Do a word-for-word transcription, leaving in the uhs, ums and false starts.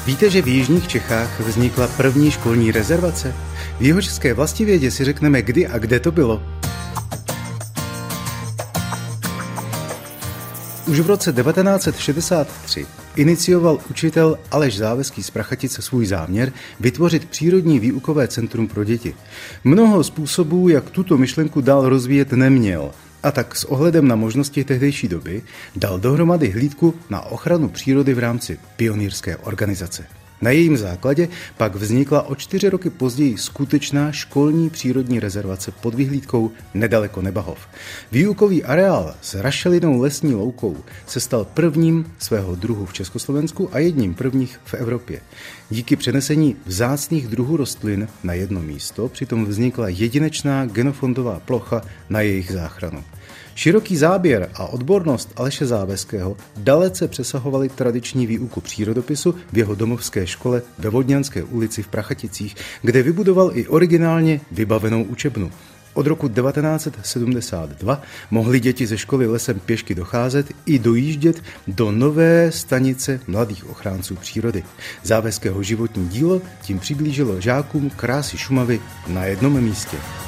Víte, že v jižních Čechách vznikla první školní rezervace? V jihočeské vlastivědě si řekneme, kdy a kde to bylo. Už v roce devatenáct set šedesát tři inicioval učitel Aleš Záveský z Prachatic svůj záměr vytvořit přírodní výukové centrum pro děti. Mnoho způsobů, jak tuto myšlenku dál rozvíjet, neměl. A tak s ohledem na možnosti tehdejší doby dal dohromady hlídku na ochranu přírody v rámci pionýrské organizace. Na jejím základě pak vznikla o čtyři roky později skutečná školní přírodní rezervace pod vyhlídkou nedaleko Nebahov. Výukový areál s rašelinou lesní loukou se stal prvním svého druhu v Československu a jedním prvních v Evropě. Díky přenesení vzácných druhů rostlin na jedno místo přitom vznikla jedinečná genofondová plocha na jejich záchranu. Široký záběr a odbornost Aleše Záveského dalece přesahovaly tradiční výuku přírodopisu v jeho domovské škole ve Vodňanské ulici v Prachaticích, kde vybudoval i originálně vybavenou učebnu. Od roku devatenáct set sedmdesát dva mohly děti ze školy lesem pěšky docházet i dojíždět do nové stanice mladých ochránců přírody. Záveského životní dílo tím přiblížilo žákům krásy Šumavy na jednom místě.